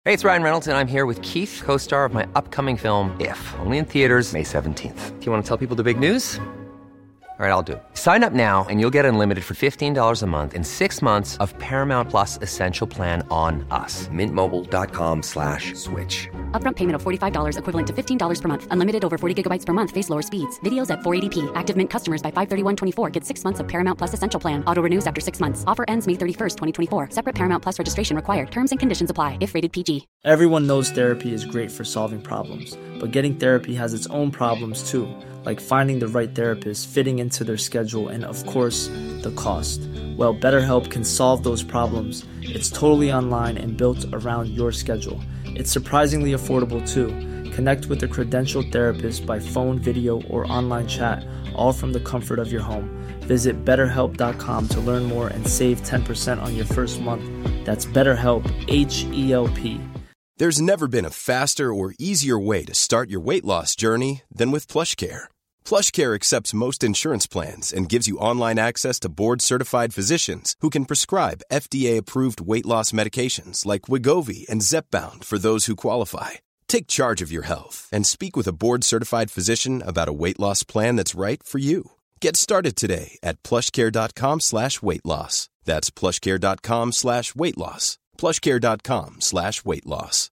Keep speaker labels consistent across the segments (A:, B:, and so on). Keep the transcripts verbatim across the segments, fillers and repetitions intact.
A: Hey, it's Ryan Reynolds, and I'm here with Keith, co-star of my upcoming film, If, only in theaters May seventeenth. Do you want to tell people the big news? All right, I'll do it. Sign up now and you'll get unlimited for fifteen dollars a month and six months of Paramount Plus Essential Plan on us. Mint Mobile dot com slash switch.
B: Upfront payment of forty-five dollars equivalent to fifteen dollars per month. Unlimited over forty gigabytes per month. Face lower speeds. Videos at four eighty p. Active Mint customers by five thirty-one twenty-four get six months of Paramount Plus Essential Plan. Auto renews after six months. Offer ends May thirty-first, twenty twenty-four. Separate Paramount Plus registration required. Terms and conditions apply if rated P G.
C: Everyone knows therapy is great for solving problems, but getting therapy has its own problems too, like finding the right therapist, fitting into their schedule, and of course, the cost. Well, BetterHelp can solve those problems. It's totally online and built around your schedule. It's surprisingly affordable too. Connect with a credentialed therapist by phone, video, or online chat, all from the comfort of your home. Visit better help dot com to learn more and save ten percent on your first month. That's BetterHelp, H E L P.
D: There's never been a faster or easier way to start your weight loss journey than with PlushCare. PlushCare accepts most insurance plans and gives you online access to board-certified physicians who can prescribe F D A-approved weight loss medications like Wegovy and Zepbound for those who qualify. Take charge of your health and speak with a board-certified physician about a weight loss plan that's right for you. Get started today at plushcare.com slash weight loss. That's plushcare.com slash weight loss. plushcare.com slash weight loss.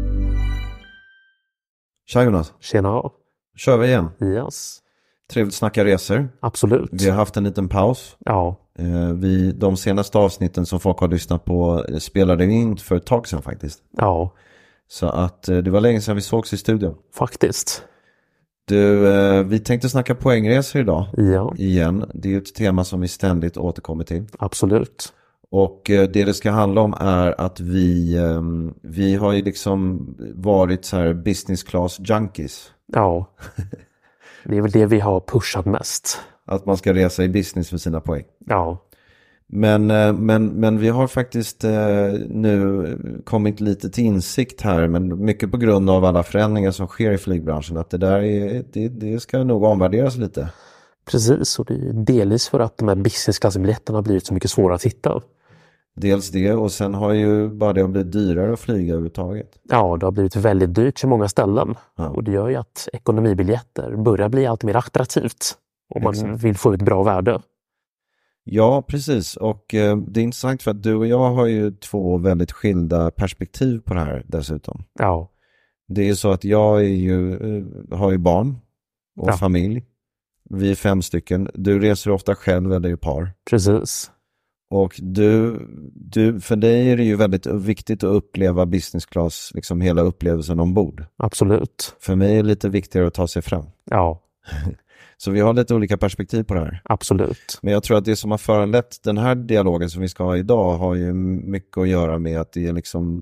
E: Tja Jonas.
F: Tjena.
E: Kör vi igen?
F: Yes.
E: Trevligt snacka resor.
F: Absolut.
E: Vi har haft en liten paus.
F: Ja.
E: Eh, vi, de senaste avsnitten som folk har lyssnat på spelade vi in för ett tag sedan faktiskt.
F: Ja.
E: Så att eh, det var länge sedan vi sågs i studion.
F: Faktiskt.
E: Du, eh, vi tänkte snacka poängresor idag.
F: Ja.
E: Igen. Det är ett tema som vi ständigt återkommer till.
F: Absolut.
E: Och eh, det det ska handla om är att vi, eh, vi har ju liksom varit så här business class junkies.
F: Ja. Det är väl det vi har pushat mest.
E: Att man ska resa i business för sina poäng.
F: Ja.
E: Men, men, men vi har faktiskt eh, nu kommit lite till insikt här, men mycket på grund av alla förändringar som sker i flygbranschen, att det där är, det, det ska nog omvärderas lite.
F: Precis, och det är delvis för att de här businessklassbiljetterna har blivit så mycket svårare att hitta.
E: Dels det, och sen har ju bara det blivit dyrare att flyga överhuvudtaget.
F: Ja, det har blivit väldigt dyrt på många ställen.
E: Ja.
F: Och det gör ju att ekonomibiljetter börjar bli allt mer attraktivt om man
E: Exakt.
F: vill få ett bra värde.
E: Ja, precis. Och eh, det är intressant för att du och jag har ju två väldigt skilda perspektiv på det här dessutom.
F: Ja.
E: Det är ju så att jag är ju, eh, har ju barn och
F: Ja.
E: familj. Vi är fem stycken. Du reser ofta själv eller i par.
F: Precis.
E: Och du, du, för dig är det ju väldigt viktigt att uppleva business class, liksom hela upplevelsen ombord.
F: Absolut.
E: För mig är det lite viktigare att ta sig fram.
F: Ja,
E: Så vi har lite olika perspektiv på det här.
F: absolut.
E: Men jag tror att det som har föranlett den här dialogen som vi ska ha idag har ju mycket att göra med att det är liksom,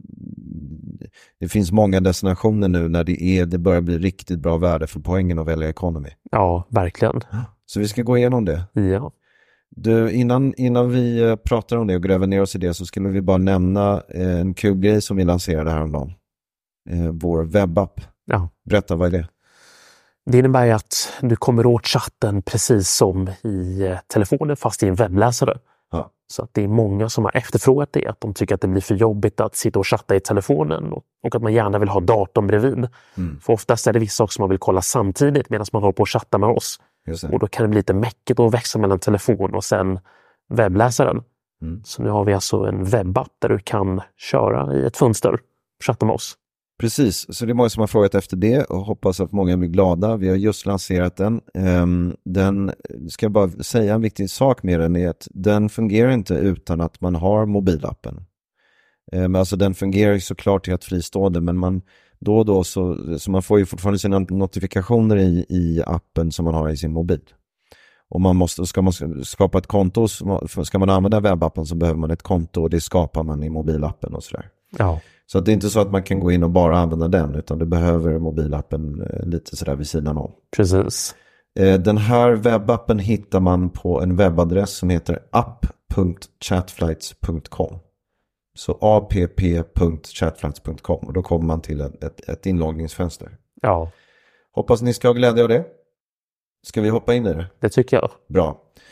E: det finns många destinationer nu när det är, det börjar bli riktigt bra värde för poängen att välja economy.
F: Ja, verkligen.
E: Så vi ska gå igenom det.
F: Ja.
E: Du, innan, innan vi eh, pratar om det och gräver ner oss i det, så skulle vi bara nämna eh, en kul grej som vi lanserade häromdagen. Eh, vår webbapp.
F: Ja.
E: Berätta, vad är det?
F: Det innebär ju att du kommer åt chatten precis som i eh, telefonen fast i en webbläsare.
E: Ja.
F: Så att det är många som har efterfrågat det. Att de tycker att det blir för jobbigt att sitta och chatta i telefonen. Och, och att man gärna vill ha datorn bredvid.
E: Mm.
F: För oftast är det vissa saker som man vill kolla samtidigt medan man håller på att chatta med oss.
E: Just det.
F: Och då kan det bli lite mäckigt att växa mellan telefon och sen webbläsaren.
E: Mm.
F: Så nu har vi alltså en webbapp där du kan köra i ett fönster och chatta med oss.
E: Precis, så det är många som har frågat efter det och hoppas att många blir glada. Vi har just lanserat den. Um, den, ska jag bara säga en viktig sak med den är att den fungerar inte utan att man har mobilappen. Um, alltså den fungerar ju såklart helt fristående, men man då och då så, så man får ju fortfarande sina notifikationer i, i appen som man har i sin mobil. Och man måste, ska man skapa ett konto, ska man använda webbappen så behöver man ett konto och det skapar man i mobilappen och sådär.
F: Ja.
E: Så att det är inte så att man kan gå in och bara använda den, utan du behöver mobilappen eh, lite sådär vid sidan om.
F: Precis.
E: Eh, den här webbappen hittar man på en webbadress som heter app punkt chatflights punkt com. Så app punkt chatflights punkt com, och då kommer man till ett, ett, ett inloggningsfönster.
F: Ja,
E: Hoppas ni ska ha glädje av det. Ska vi hoppa in i det?
F: det tycker jag.
E: Bra.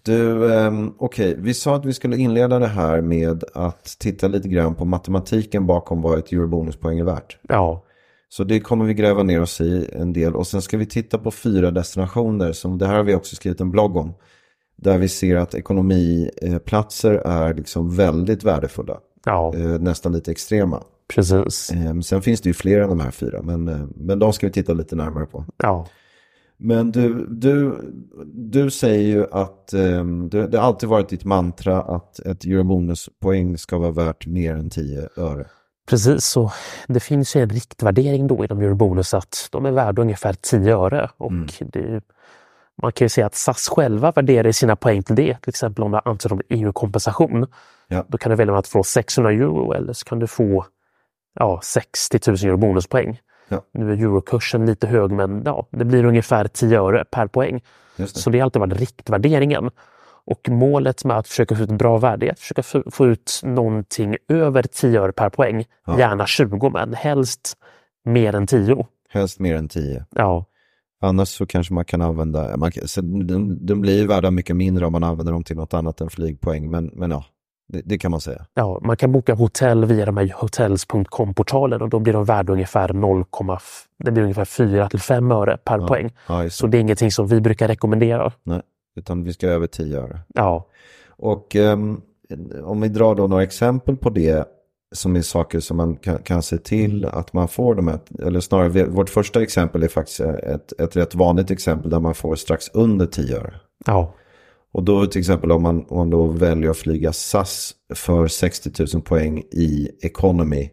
E: Du, um, okej, okay. Vi sa att vi skulle inleda det här med att titta lite grann på matematiken bakom vad ett eurobonuspoäng är värt.
F: Ja. Så
E: det kommer vi gräva ner oss i en del. Och sen ska vi titta på fyra destinationer. Som det här har vi också skrivit en blogg om. Där vi ser att ekonomiplatser är liksom väldigt värdefulla.
F: Ja.
E: Eh, nästan lite extrema.
F: Precis.
E: Eh, sen finns det ju fler än de här fyra. Men, eh, men de ska vi titta lite närmare på.
F: Ja.
E: Men du, du, du säger ju att eh, det, det har alltid varit ditt mantra att ett eurobonuspoäng ska vara värt mer än tio öre.
F: Precis, så det finns ju en riktvärdering då inom eurobonus att de är värda ungefär tio öre. Och mm. det, man kan ju säga att S A S själva värderar sina poäng till det. Till exempel om du ansöker om E U-kompensation. Ja. Då kan du välja att få sexhundra euro eller så kan du få ja, sextio tusen euro bonuspoäng. Ja. Nu är eurokursen lite hög men ja, det blir ungefär tio öre per poäng. Just det. Så det har alltid varit riktvärderingen. Och målet med att försöka få ut ett bra värde är att försöka få ut någonting över tio öre per poäng. Ja. Gärna tjugo men helst mer än tio.
E: Helst mer än tio.
F: Ja.
E: Annars så kanske man kan använda, man, så de, de blir värda mycket mindre om man använder dem till något annat än flygpoäng. Men, men ja, det, det kan man säga.
F: Ja, man kan boka hotell via de här hotels punkt com-portalen och då blir de värda ungefär noll, det blir ungefär fyra till fem öre per
E: ja.
F: poäng.
E: Ja,
F: så det är ingenting som vi brukar rekommendera.
E: Nej, utan vi ska över tio öre.
F: Ja.
E: Och um, om vi drar då några exempel på det som är saker som man kan, kan se till att man får de här, eller snarare vårt första exempel är faktiskt ett, ett rätt vanligt exempel där man får strax under tio öre.
F: Ja.
E: Och då till exempel om man, om man då väljer att flyga S A S för sextio tusen poäng i economy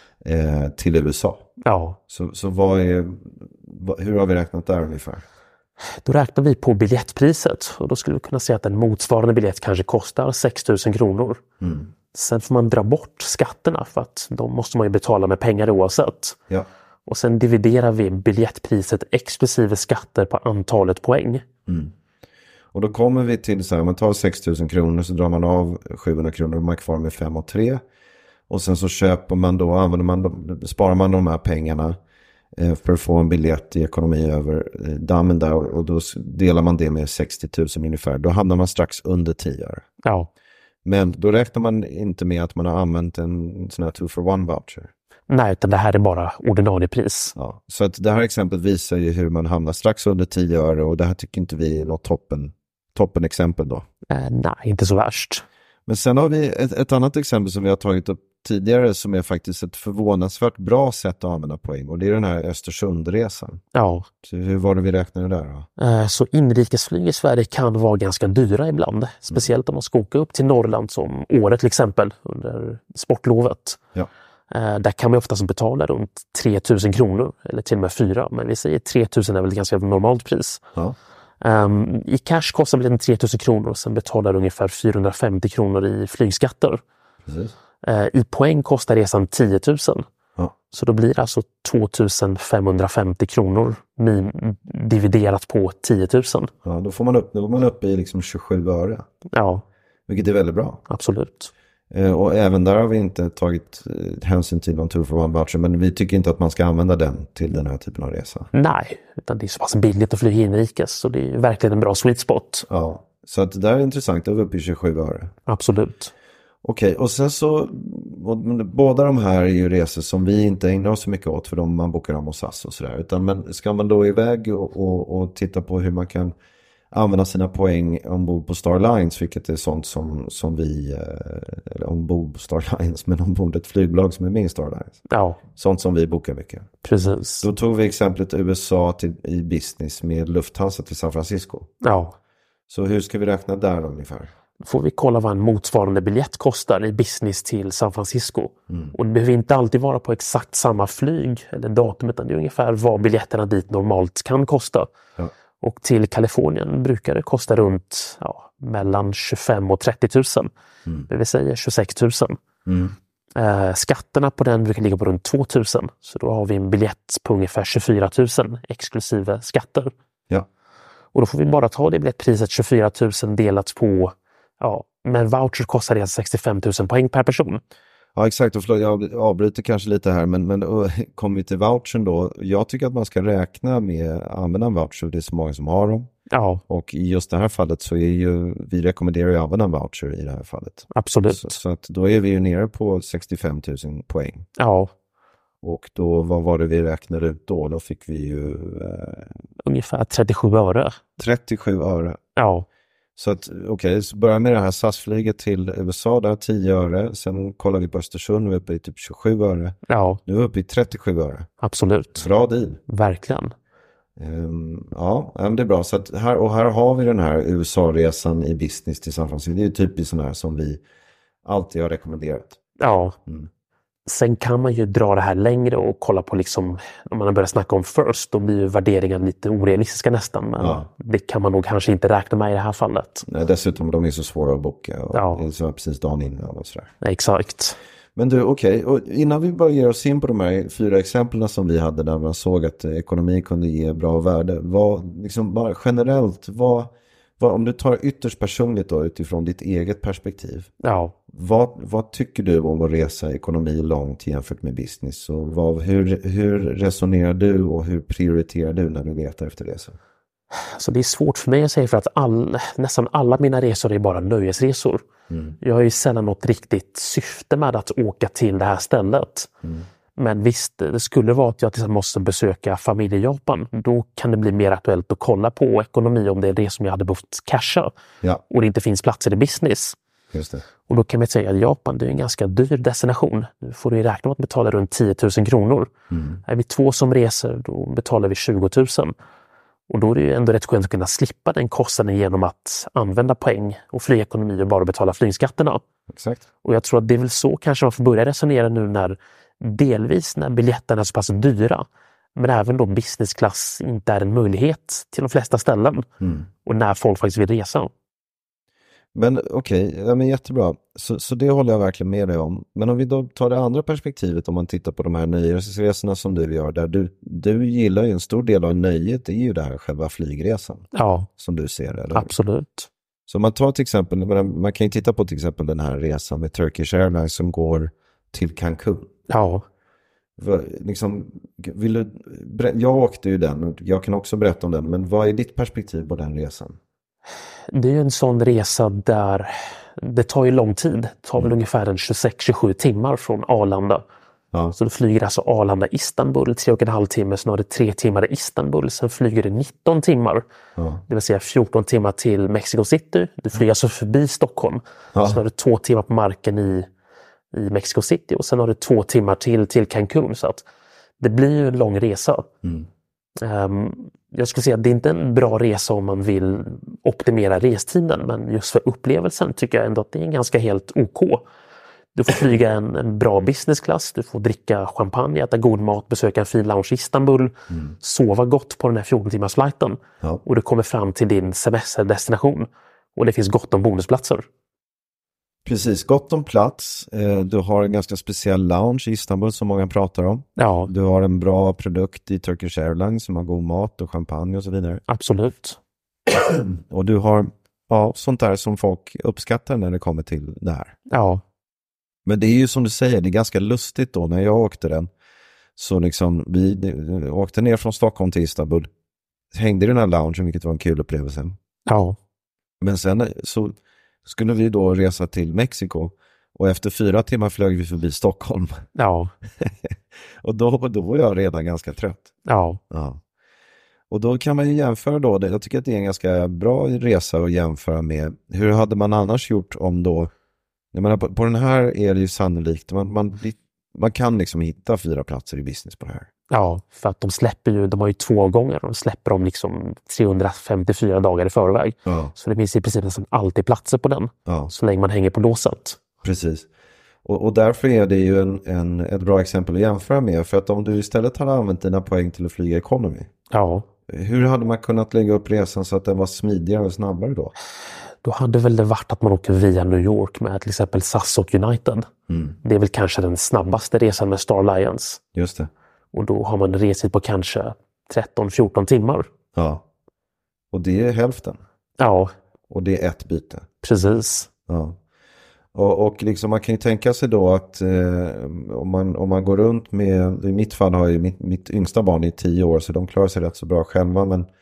E: eh, till U S A.
F: Ja.
E: Så, så vad är, vad, hur har vi räknat där ungefär?
F: Då räknar vi på biljettpriset och då skulle vi kunna säga att en motsvarande biljett kanske kostar sex tusen kronor. Mm. Sen får man dra bort skatterna för att de måste man ju betala med pengar oavsett.
E: Ja.
F: Och sen dividerar vi biljettpriset exklusive skatter på antalet poäng.
E: Mm. Och då kommer vi till så här, om man tar sex tusen kronor så drar man av sjuhundra kronor och man är kvar med fem och tre. Och sen så köper man då, använder man, sparar man de här pengarna eh, för att få en biljett i ekonomi över eh, dammen där och, och då delar man det med sextio tusen ungefär. Då hamnar man strax under tio öre.
F: Ja.
E: Men då räknar man inte med att man har använt en sån här two for one voucher.
F: Nej, utan det här är bara ordinarie pris.
E: Ja, så att det här exemplet visar ju hur man hamnar strax under tio öre och det här tycker inte vi är något toppen, toppen exempel då.
F: Eh, nej, inte så värst.
E: Men sen har vi ett, ett annat exempel som vi har tagit upp tidigare som är faktiskt ett förvånansvärt bra sätt att använda poäng och det är den här Östersundresan.
F: Ja.
E: Så hur var det vi räknade där då?
F: Eh, så inrikesflyg i Sverige kan vara ganska dyra ibland. Speciellt mm. om man ska åka upp till Norrland som Åre till exempel under sportlovet. Ja. Eh, där kan man ofta som betala runt tre tusen kronor eller till och med fyra. Men vi säger tre tusen är väl ett ganska normalt pris. Ja. Um, I cash kostar biljetten tre tusen kronor och sen betalar du ungefär fyrahundrafemtio kronor i flygskatter.
E: Precis.
F: Uh, I poäng kostar resan tio tusen.
E: Ja.
F: Så då blir det alltså tvåtusenfemhundrafemtio kronor min, dividerat på tio tusen.
E: Ja, då får man upp, då får man upp i liksom tjugosju öre.
F: Ja.
E: Vilket är väldigt bra.
F: Absolut.
E: Eh, och även där har vi inte tagit eh, hänsyn till någon two for one voucher. Men vi tycker inte att man ska använda den till den här typen av resa.
F: Nej, utan det är så pass billigt att flyga inrikes. Så det är verkligen en bra sweet spot.
E: Ja, så att det där är intressant. Det är uppe i tjugosju öre.
F: Absolut.
E: Okej, och sen så båda de här är ju resor som vi inte ägnar oss så mycket åt för de man bokar om hos S A S och sådär. Utan men ska man då iväg och, och, och titta på hur man kan använda sina poäng ombord på Star Alliance, vilket är sånt som, som vi, eller ombord på Star Alliance, men ombord ett flygbolag som är med i Star Alliance.
F: Ja.
E: Sånt som vi bokar mycket.
F: Precis.
E: Då tog vi exemplet U S A till, i business med Lufthansa till San Francisco.
F: Ja.
E: Så hur ska vi räkna där ungefär?
F: Får vi kolla vad en motsvarande biljett kostar i business till San Francisco. Mm. Och det behöver inte alltid vara på exakt samma flyg eller datum, utan det är ungefär vad biljetterna dit normalt kan kosta. Ja. Och till Kalifornien brukar det kosta runt ja, mellan tjugofem och trettio tusen. Mm. Det vill säga tjugosex tusen. Mm. Eh, skatterna på den brukar ligga på runt två tusen. Så då har vi en biljett på ungefär tjugofyra tusen exklusive skatter.
E: Ja.
F: Och då får vi bara ta det biljettpriset tjugofyra tusen delat på, ja, men voucher kostar det sextiofem tusen poäng per person.
E: Ja, exakt. Och förlåt, jag avbryter kanske lite här, men, men kommer vi till vouchern då. Jag tycker att man ska räkna med att använda en voucher, det är så många som har dem.
F: Ja.
E: Och i just det här fallet så är ju, vi rekommenderar ju att använda en voucher i det här fallet.
F: Absolut.
E: Så, så att då är vi ju nere på sextiofem tusen poäng.
F: Ja.
E: Och då, vad var det vi räknade ut då? Då fick vi ju... Eh,
F: ungefär trettiosju öre.
E: trettiosju öre.
F: Ja.
E: Så att, okej, okay, så börjar med det här S A S-flyget till U S A där, tio öre. Sen kollar vi på Östersund, vi är uppe i typ tjugosju öre.
F: Ja.
E: Nu är vi uppe i trettiosju öre.
F: Absolut.
E: Bra deal.
F: Verkligen.
E: Um, ja, det är bra. Så att här, och här har vi den här U S A-resan i business till San Francisco. Det är ju typiskt sån här som vi alltid har rekommenderat.
F: Ja.
E: Mm.
F: Sen kan man ju dra det här längre och kolla på liksom, om man har börjat snacka om first, då blir ju värderingarna lite orealistiska nästan. Men
E: ja.
F: Det kan man nog kanske inte räkna med i det här fallet.
E: Nej, dessutom de är så svåra att boka. Och
F: ja.
E: Det är så precis dagen innan och sådär.
F: Exakt.
E: Men du, okej. Okay. Innan vi börjar oss in på de här fyra exemplen som vi hade där man såg att ekonomi kunde ge bra värde. Vad, liksom bara generellt, vad, vad, om du tar ytterst personligt då utifrån ditt eget perspektiv.
F: Ja.
E: Vad, vad tycker du om att resa ekonomi långt jämfört med business? Och vad, hur, hur resonerar du och hur prioriterar du när du letar efter resor?
F: Så det är svårt för mig att säga för att all, nästan alla mina resor är bara nöjesresor. Mm. Jag har ju sällan något riktigt syfte med att åka till det här stället. Mm. Men visst, det skulle vara att jag till exempel måste besöka familj i Japan. Då kan det bli mer aktuellt att kolla på ekonomi om det är det som jag hade behövt casha.
E: Ja. Och
F: det inte finns platser i business.
E: Just det.
F: Och då kan man säga att Japan det är en ganska dyr destination. Nu får du räkna med att betala runt tio tusen kronor. Mm. Är vi två som reser då betalar vi tjugo tusen. Och då är det ju ändå rätt skönt att kunna slippa den kostnaden genom att använda poäng och flygekonomi och bara betala flygskatterna.
E: Exakt.
F: Och jag tror att det är väl så kanske man får börja resonera nu när delvis när biljetterna är så pass dyra. Men även då business class inte är en möjlighet till de flesta ställen. Mm. Och när folk faktiskt vill resa.
E: Men okej, okay, ja, men jättebra. Så, så det håller jag verkligen med dig om. Men om vi då tar det andra perspektivet, om man tittar på de här nöjesresorna som du gör, där du, du gillar ju en stor del av nöjet, det är ju det här själva flygresan.
F: Ja,
E: som du ser det. Eller?
F: Absolut.
E: Så man tar till exempel, man kan ju titta på till exempel den här resan med Turkish Airlines som går till Cancun.
F: Ja.
E: Liksom, vill du, jag åkte ju den, jag kan också berätta om den, men vad är ditt perspektiv på den resan?
F: Det är ju en sån resa där det tar ju lång tid. Det tar väl mm. ungefär en tjugosex till tjugosju timmar från Arlanda. Ja. Så du flyger alltså Arlanda-Istanbul tre och en halv timme, sen har det tre timmar i Istanbul, sen flyger det nitton timmar. Ja. Det vill säga fjorton timmar till Mexico City. Du flyger alltså förbi Stockholm. Ja. Sen har du två timmar på marken i, i Mexico City och sen har du två timmar till till Cancun. Så att det blir ju en lång resa. Mm. Um, jag skulle säga att det är inte en bra resa om man vill optimera restiden, men just för upplevelsen tycker jag ändå att det är en ganska helt OK. Du får flyga en, en bra business class, du får dricka champagne, äta god mat, besöka en fin lounge i Istanbul, mm. sova gott på den här fjorton timmars flighten ja. Och du kommer fram till din semesterdestination och det finns gott om bonusplatser.
E: Precis, gott om plats. Du har en ganska speciell lounge i Istanbul som många pratar om.
F: Ja.
E: Du har en bra produkt i Turkish Airlines som har god mat och champagne och så vidare.
F: Absolut.
E: Och du har ja, sånt där som folk uppskattar när det kommer till det här.
F: Ja.
E: Men det är ju som du säger, det är ganska lustigt då när jag åkte den. Så liksom, vi åkte ner från Stockholm till Istanbul. Hängde i den här loungen, vilket var en kul upplevelse.
F: Ja.
E: Men sen så skulle vi då resa till Mexiko. Och efter fyra timmar flög vi förbi Stockholm.
F: Ja.
E: Och då, då var jag redan ganska trött.
F: Ja.
E: Ja. Och då kan man ju jämföra då, jag tycker att det är en ganska bra resa att jämföra med. Hur hade man annars gjort om då, jag menar, på, på den här är det ju sannolikt, man, man, man kan liksom hitta fyra platser i business på det här.
F: Ja, för att de släpper ju, de har ju två gånger, de släpper dem liksom trehundrafemtiofyra dagar i förväg. Ja. Så det finns i princip nästan alltid platser på den, ja. Så länge man hänger på låset.
E: Precis. Och, och därför är det ju en, en, ett bra exempel att jämföra med, för att om du istället hade använt dina poäng till att flyga economy.
F: Ja.
E: Hur hade man kunnat lägga upp resan så att den var smidigare och snabbare då?
F: Då hade väl det varit att man åker via New York med till exempel S A S och United. Mm. Det är väl kanske den snabbaste resan med Star Alliance.
E: Just det.
F: Och då har man resit på kanske tretton fjorton timmar.
E: Ja. Och det är hälften.
F: Ja.
E: Och det är ett byte.
F: Precis.
E: Ja. Och, och liksom man kan ju tänka sig då att eh, om, man, om man går runt med, i mitt fall har ju mitt, mitt yngsta barn i tio år så de klarar sig rätt så bra själva, men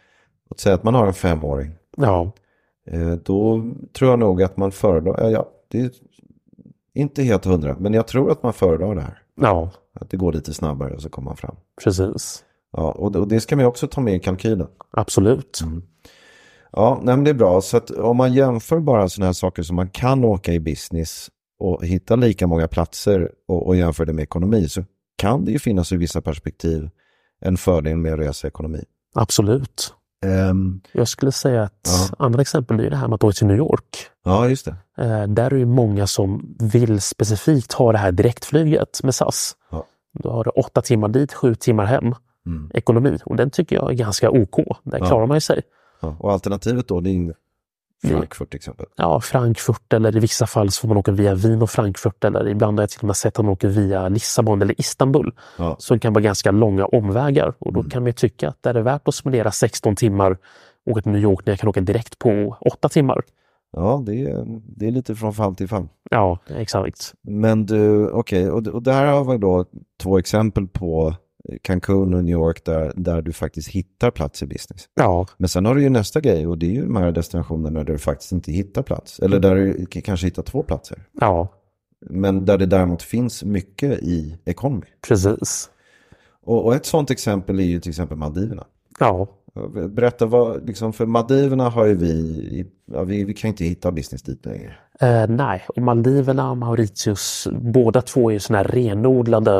E: Och säga att man har en femåring.
F: Ja.
E: Eh, då tror jag nog att man föredrar, ja, ja det är inte helt hundra, men jag tror att man föredrar det här.
F: Ja.
E: Att det går lite snabbare och så kommer man fram.
F: Precis.
E: Ja, och, och det ska man ju också ta med i kalkylen.
F: Absolut.
E: Mm. Ja, nej, men det är bra. Så att om man jämför bara sådana här saker som man kan åka i business och hitta lika många platser och, och jämför det med ekonomi, så kan det ju finnas i vissa perspektiv en fördel med att resa ekonomi.
F: Absolut.
E: Um,
F: Jag skulle säga att
E: ja.
F: andra exempel är det här med att åka till New York.
E: Ja, just det.
F: Eh, där är ju många som vill specifikt ha det här direktflyget med S A S.
E: Ja.
F: Då har du åtta timmar dit, sju timmar hem.
E: Mm.
F: Ekonomi. Och den tycker jag är ganska OK. Där
E: Ja.
F: klarar man ju sig.
E: Ja. Och alternativet då, det är Frankfurt till exempel.
F: Ja, Frankfurt, eller i vissa fall så får man åka via Wien och Frankfurt, eller ibland har jag till och med sett att man åker via Lissabon eller Istanbul.
E: Ja.
F: Så det kan vara ganska långa omvägar, och då
E: Mm.
F: kan man ju tycka att det är värt att spendera sexton timmar och åka till New York när jag kan åka direkt på åtta timmar.
E: Ja, det är, det är lite från fall till fall.
F: Ja, exakt.
E: Men du, okej, okay, och, och där har vi då två exempel på Cancun och New York där, där du faktiskt hittar plats i business.
F: Ja,
E: Men sen har du ju nästa grej, och det är ju de här destinationerna där du faktiskt inte hittar plats. Eller där du k- kanske hittar två platser.
F: ja,
E: Men där det däremot finns mycket i economy.
F: precis.
E: Och, och ett sånt exempel är ju till exempel Maldiverna.
F: Ja,
E: Berätta vad, liksom, för Maldiverna har ju vi, ja, vi, vi kan inte hitta business dit längre.
F: eh, nej. Och Maldiverna och Mauritius, båda två är ju sådana här renodlade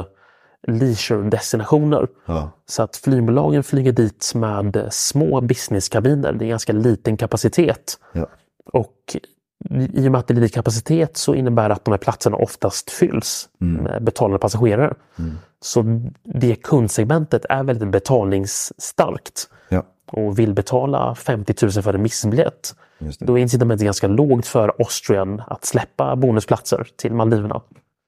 F: leisure-destinationer.
E: Ja,
F: Så att flygbolagen flyger dit med små businesskabiner. Det är ganska liten kapacitet.
E: ja,
F: Och i och med att det är liten kapacitet så innebär det att de här platserna oftast fylls med betalande passagerare. Så det kundsegmentet är väldigt betalningsstarkt.
E: ja,
F: Och vill betala femtio tusen för en missbiljett.
E: just det.
F: Då är incitamentet ganska lågt för Austrian att släppa bonusplatser till Maldiverna.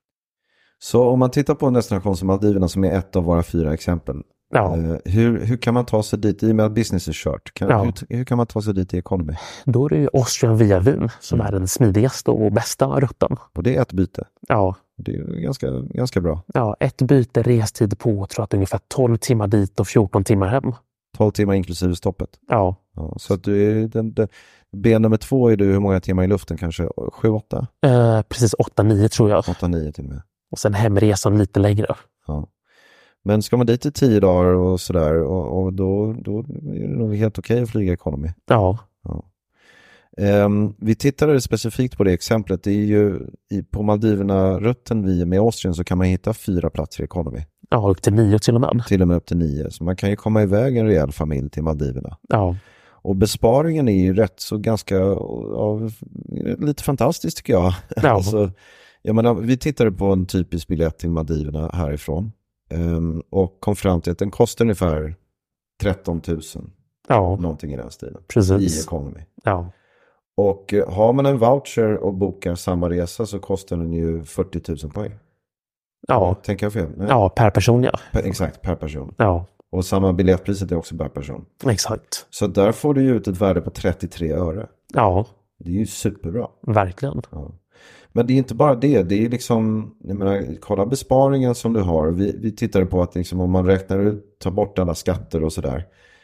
E: Så om man tittar på en destination som Maldiverna, som är ett av våra fyra exempel.
F: Ja,
E: Eh, hur, hur kan man ta sig dit i och med att business är kört? Kan,
F: Ja.
E: hur, hur kan man ta sig dit i economy?
F: då är det ju Austrian via Wien som är den smidigaste och bästa rutten.
E: Och det är ett byte.
F: Ja,
E: Det är ju ganska, ganska bra.
F: ja, ett byte restid på, tror jag, att ungefär tolv timmar dit och fjorton timmar hem.
E: tolv timmar inklusive stoppet.
F: Ja,
E: Ja, så att du är den, den, ben nummer två är du hur många timmar i luften? Kanske sju, åtta?
F: eh, precis åtta nio tror jag.
E: åtta, nio till och med.
F: Och sen hemresan lite längre.
E: Ja. Men ska man dit i tio dagar och sådär, och, och då, då är det nog helt okej att flyga economy.
F: Ja,
E: Ja. Um, vi tittade specifikt på det exemplet. Det är ju i, på Maldiverna-rutten vi med Austrien så kan man hitta fyra platser i economy.
F: ja, upp till nio till och med.
E: Till och med upp till nio. Så man kan ju komma iväg en rejäl familj till Maldiverna.
F: Ja,
E: Och besparingen är ju rätt så ganska, ja, lite fantastisk tycker jag.
F: Ja.
E: Alltså, jag menar, vi tittade på en typisk biljett till Maldiverna härifrån. Um, och kom fram till att den kostar ungefär tretton tusen.
F: ja,
E: Någonting i den stilen. I
F: precis.
E: economy.
F: Ja,
E: Och eh, har man en voucher och bokar samma resa så kostar den ju fyrtio tusen poäng.
F: ja,
E: Tänker jag fel? Nej.
F: ja, per person, ja.
E: Per, exakt, per person.
F: Ja,
E: Och samma biljettpriset är också per person.
F: exakt.
E: Så där får du ju ut ett värde på trettiotre öre.
F: Ja,
E: Det är ju superbra.
F: verkligen.
E: Ja. Men det är inte bara det. Det är liksom, jag menar, kolla besparingen som du har. Vi, vi tittade på att liksom, om man räknar ut, tar bort alla skatter och sådär.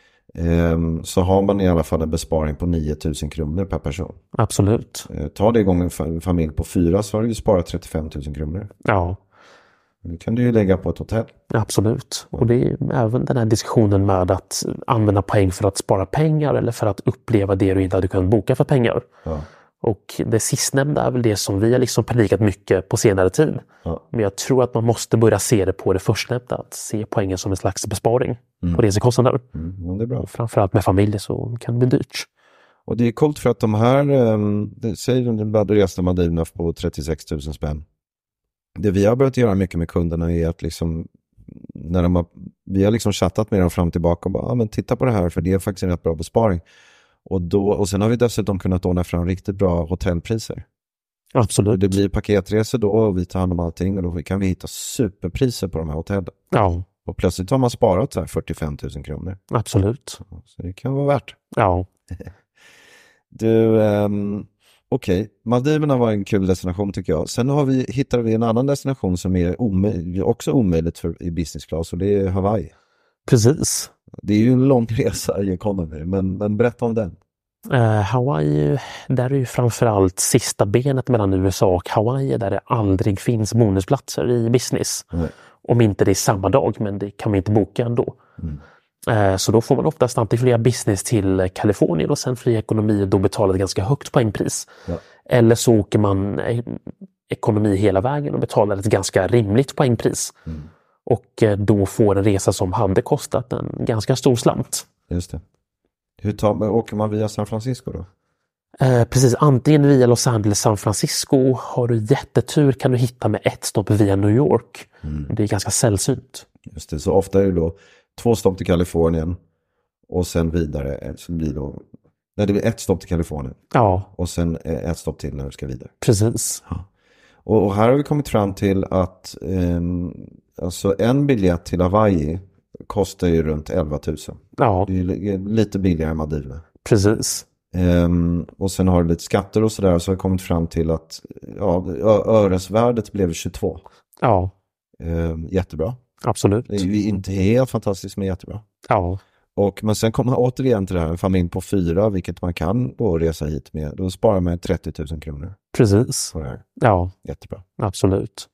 E: Um, så har man i alla fall en besparing på nio tusen kronor per person.
F: Absolut.
E: Uh, ta det gånger en fa- familj på fyra så har du ju sparat trettiofem tusen kronor.
F: Ja,
E: Nu kan du ju lägga på ett hotell.
F: absolut. Och det är ju även den här diskussionen med att använda poäng för att spara pengar eller för att uppleva det du inte hade kunnat boka för pengar.
E: Ja.
F: Och det sistnämnda är väl det som vi har liksom predikat mycket på senare tid.
E: Ja.
F: Men jag tror att man måste börja se det på det förstnämnda, att se poängen som en slags besparing på resekostnader.
E: Mm, ja, det är bra.
F: Och framförallt med familj så kan det bli dyrt.
E: Och det är coolt för att de här, um, säg om du hade rest till Maldiverna på trettiosex tusen spänn. Det vi har börjat göra mycket med kunderna är att liksom, när de har, vi har liksom chattat med dem fram och tillbaka och bara, ah, men titta på det här för det är faktiskt en rätt bra besparing. Och, då, och sen har vi dessutom kunnat ordna fram riktigt bra hotellpriser.
F: Absolut.
E: Det blir paketresor då och vi tar hand om allting och då kan vi hitta superpriser på de här hotellen.
F: Ja,
E: Och plötsligt har man sparat så här fyrtiofem tusen kronor.
F: absolut.
E: Så det kan vara värt.
F: Ja,
E: Du, um, okej. Okay. Maldiverna var en kul destination tycker jag. Sen har vi, hittade vi en annan destination som är omöj- också omöjligt för, i business class och det är Hawaii.
F: precis.
E: Det är ju en lång resa i economy, men, men berätta om den.
F: Uh, Hawaii, där är ju framförallt sista benet mellan U S A och Hawaii där det aldrig finns bonusplatser i business. Mm. Om inte det är samma dag, men det kan man inte boka ändå. Mm. Uh, så då får man oftast antingen flyga business till Kalifornien och sen flyga ekonomi och då betala ett ganska högt poängpris. Ja. Eller så åker man ekonomi hela vägen och betalar ett ganska rimligt poängpris. Mm. Och uh, då får en resa som hade kostat en ganska stor slant.
E: Just det. Hur tar, åker man via San Francisco då?
F: Eh, precis, antingen via Los Angeles, San Francisco. Har du jättetur kan du hitta med ett stopp via New York. Mm. Det är ganska sällsynt.
E: Just det, så ofta är det då två stopp till Kalifornien och sen vidare. Så blir då, nej, det blir ett stopp till Kalifornien.
F: Ja.
E: Och sen ett stopp till när du ska vidare.
F: Precis.
E: Ja. Och, och här har vi kommit fram till att eh, alltså en biljett till Hawaii kostar ju runt elva tusen.
F: Ja.
E: Det är lite billigare än Maldiverna.
F: Precis.
E: Um, och sen har det lite skatter och sådär. Så har vi kommit fram till att ja, öresvärdet blev tjugotvå.
F: Ja.
E: Um, jättebra.
F: Absolut.
E: Det är ju inte helt fantastiskt, men jättebra.
F: Ja.
E: Och, men sen kommer man återigen till det här. En familj på fyra, vilket man kan då resa hit med. Då sparar man trettio tusen kronor.
F: Precis.
E: På det här.
F: Ja.
E: Jättebra.
F: Absolut.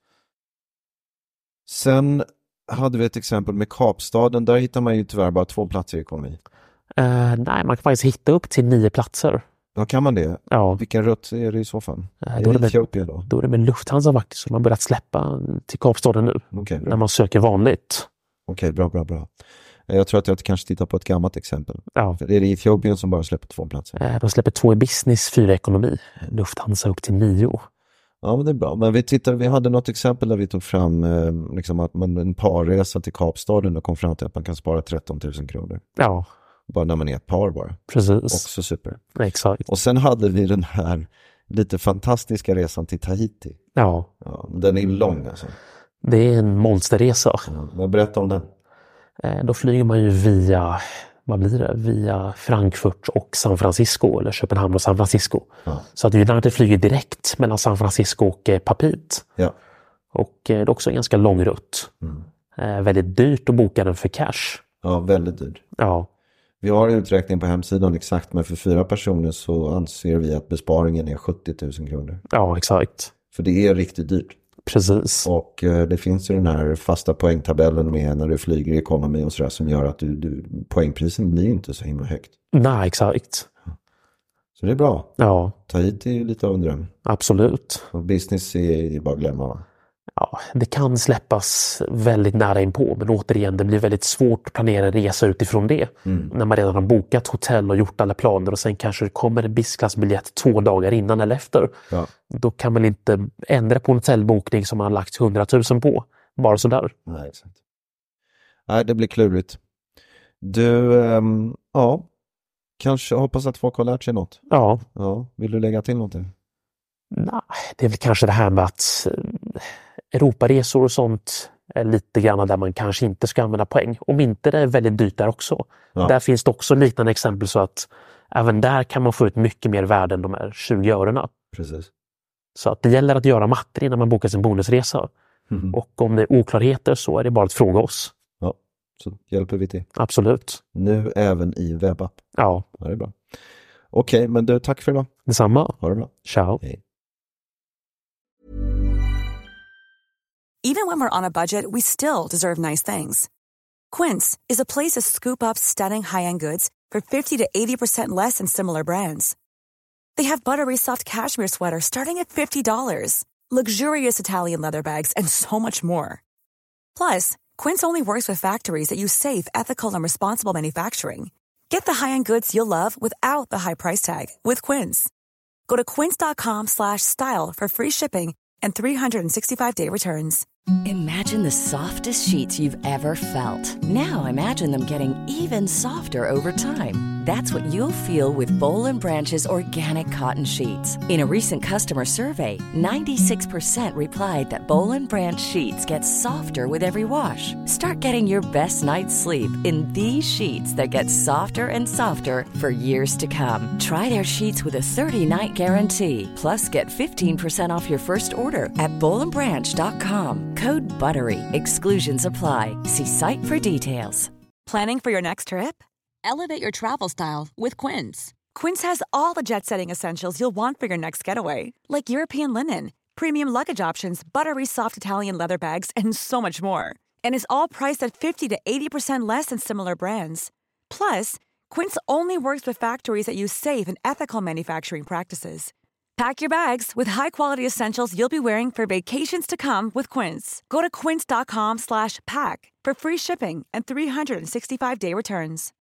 E: Sen hade vi ett exempel med Kapstaden. Där hittar man ju tyvärr bara två platser i ekonomi.
F: Uh, nej, man kan faktiskt hitta upp till nio platser.
E: Ja, kan man det?
F: Ja.
E: Vilken rutt är det i så fall?
F: Uh,
E: är
F: då,
E: det
F: är det
E: Etiopien
F: med,
E: då?
F: då är det med Lufthansa faktiskt som man börjat släppa till Kapstaden nu.
E: Okay,
F: när man söker vanligt.
E: Okej, okay, bra, bra, bra. Jag tror att jag kanske tittar på ett gammalt exempel.
F: Ja.
E: För är det Etiopien som bara släpper två platser?
F: Uh, de släpper två i business, fyra i ekonomi. Lufthansa upp till nio.
E: Ja, men det är bra. Men vi tittar, vi hade något exempel där vi tog fram eh, liksom att man en parresa till Kapstaden och kom fram till att man kan spara tretton tusen kronor.
F: Ja.
E: Bara när man är ett par bara.
F: Precis.
E: Också super.
F: Exakt.
E: Och sen hade vi den här lite fantastiska resan till Tahiti.
F: Ja.
E: Ja, den är lång alltså.
F: Det är en monsterresa.
E: Ja, men berätta om den.
F: Eh, då flyger man ju via, vad blir det? Via Frankfurt och San Francisco eller Köpenhamn och San Francisco. Ja. Så att United flyger direkt mellan San Francisco och eh, Papeete.
E: Ja.
F: Och eh, det är också en ganska lång rutt. Mm. Eh, väldigt dyrt att boka den för cash.
E: Ja, väldigt dyrt.
F: Ja.
E: Vi har uträkning på hemsidan exakt, men för fyra personer så anser vi att besparingen är sjuttio tusen kronor.
F: Ja, exakt.
E: För det är riktigt dyrt.
F: Precis.
E: Och eh, det finns ju den här fasta poängtabellen med när du flyger i ekonomi och sådär som gör att du, du, poängprisen blir inte så himla högt.
F: Nej, exakt.
E: Så det är bra.
F: Ja.
E: Tahiti är ju lite av en dröm.
F: Absolut.
E: Och business är ju bara att glömma, va?
F: Ja, det kan släppas väldigt nära inpå, men återigen, det blir väldigt svårt att planera en resa utifrån det. Mm. När man redan har bokat hotell och gjort alla planer och sen kanske det kommer en businessklassbiljett två dagar innan eller efter. Ja. Då kan man inte ändra på en hotellbokning som man har lagt hundratusen på, bara sådär.
E: Nej, exakt. Nej, det blir klurigt. Du, ähm, ja, kanske hoppas att folk har lärt sig något.
F: Ja.
E: Ja. Vill du lägga till någonting?
F: Nej, det är väl kanske det här med att Europaresor och sånt är lite grann där man kanske inte ska använda poäng. Om inte det är väldigt dyrt där också. Ja. Där finns det också liknande exempel så att även där kan man få ut mycket mer värde än de här tjugo örena.
E: Precis.
F: Så att det gäller att göra matter innan man bokar sin bonusresa. Mm. Och om det är oklarheter så är det bara att fråga oss.
E: Ja, så hjälper vi till.
F: Absolut.
E: Nu även i webbapp.
F: Ja.
E: Ja, det är bra. Okej, okay, men du, tack för idag.
F: Detsamma.
E: Ha det bra.
F: Ciao.
E: Hej.
G: Even when we're on a budget, we still deserve nice things. Quince is a place to scoop up stunning high-end goods for fifty to eighty percent less than similar brands. They have buttery soft cashmere sweaters starting at fifty dollars, luxurious Italian leather bags, and so much more. Plus, Quince only works with factories that use safe, ethical, and responsible manufacturing. Get the high-end goods you'll love without the high price tag with Quince. Go to quince.com slash style for free shipping and three sixty-five day returns.
H: Imagine the softest sheets you've ever felt. Now imagine them getting even softer over time. That's what you'll feel with Boll and Branch's organic cotton sheets. In a recent customer survey, ninety-six percent replied that Boll and Branch sheets get softer with every wash. Start getting your best night's sleep in these sheets that get softer and softer for years to come. Try their sheets with a thirty night guarantee. Plus, get fifteen percent off your first order at boll and branch dot com. Code BUTTERY. Exclusions apply. See site for details.
G: Planning for your next trip?
I: Elevate your travel style with Quince.
G: Quince has all the jet-setting essentials you'll want for your next getaway, like European linen, premium luggage options, buttery soft Italian leather bags, and so much more. And is all priced at fifty to eighty percent less than similar brands. Plus, Quince only works with factories that use safe and ethical manufacturing practices. Pack your bags with high-quality essentials you'll be wearing for vacations to come with Quince. Go to quince dot com slash pack for free shipping and three sixty-five day returns.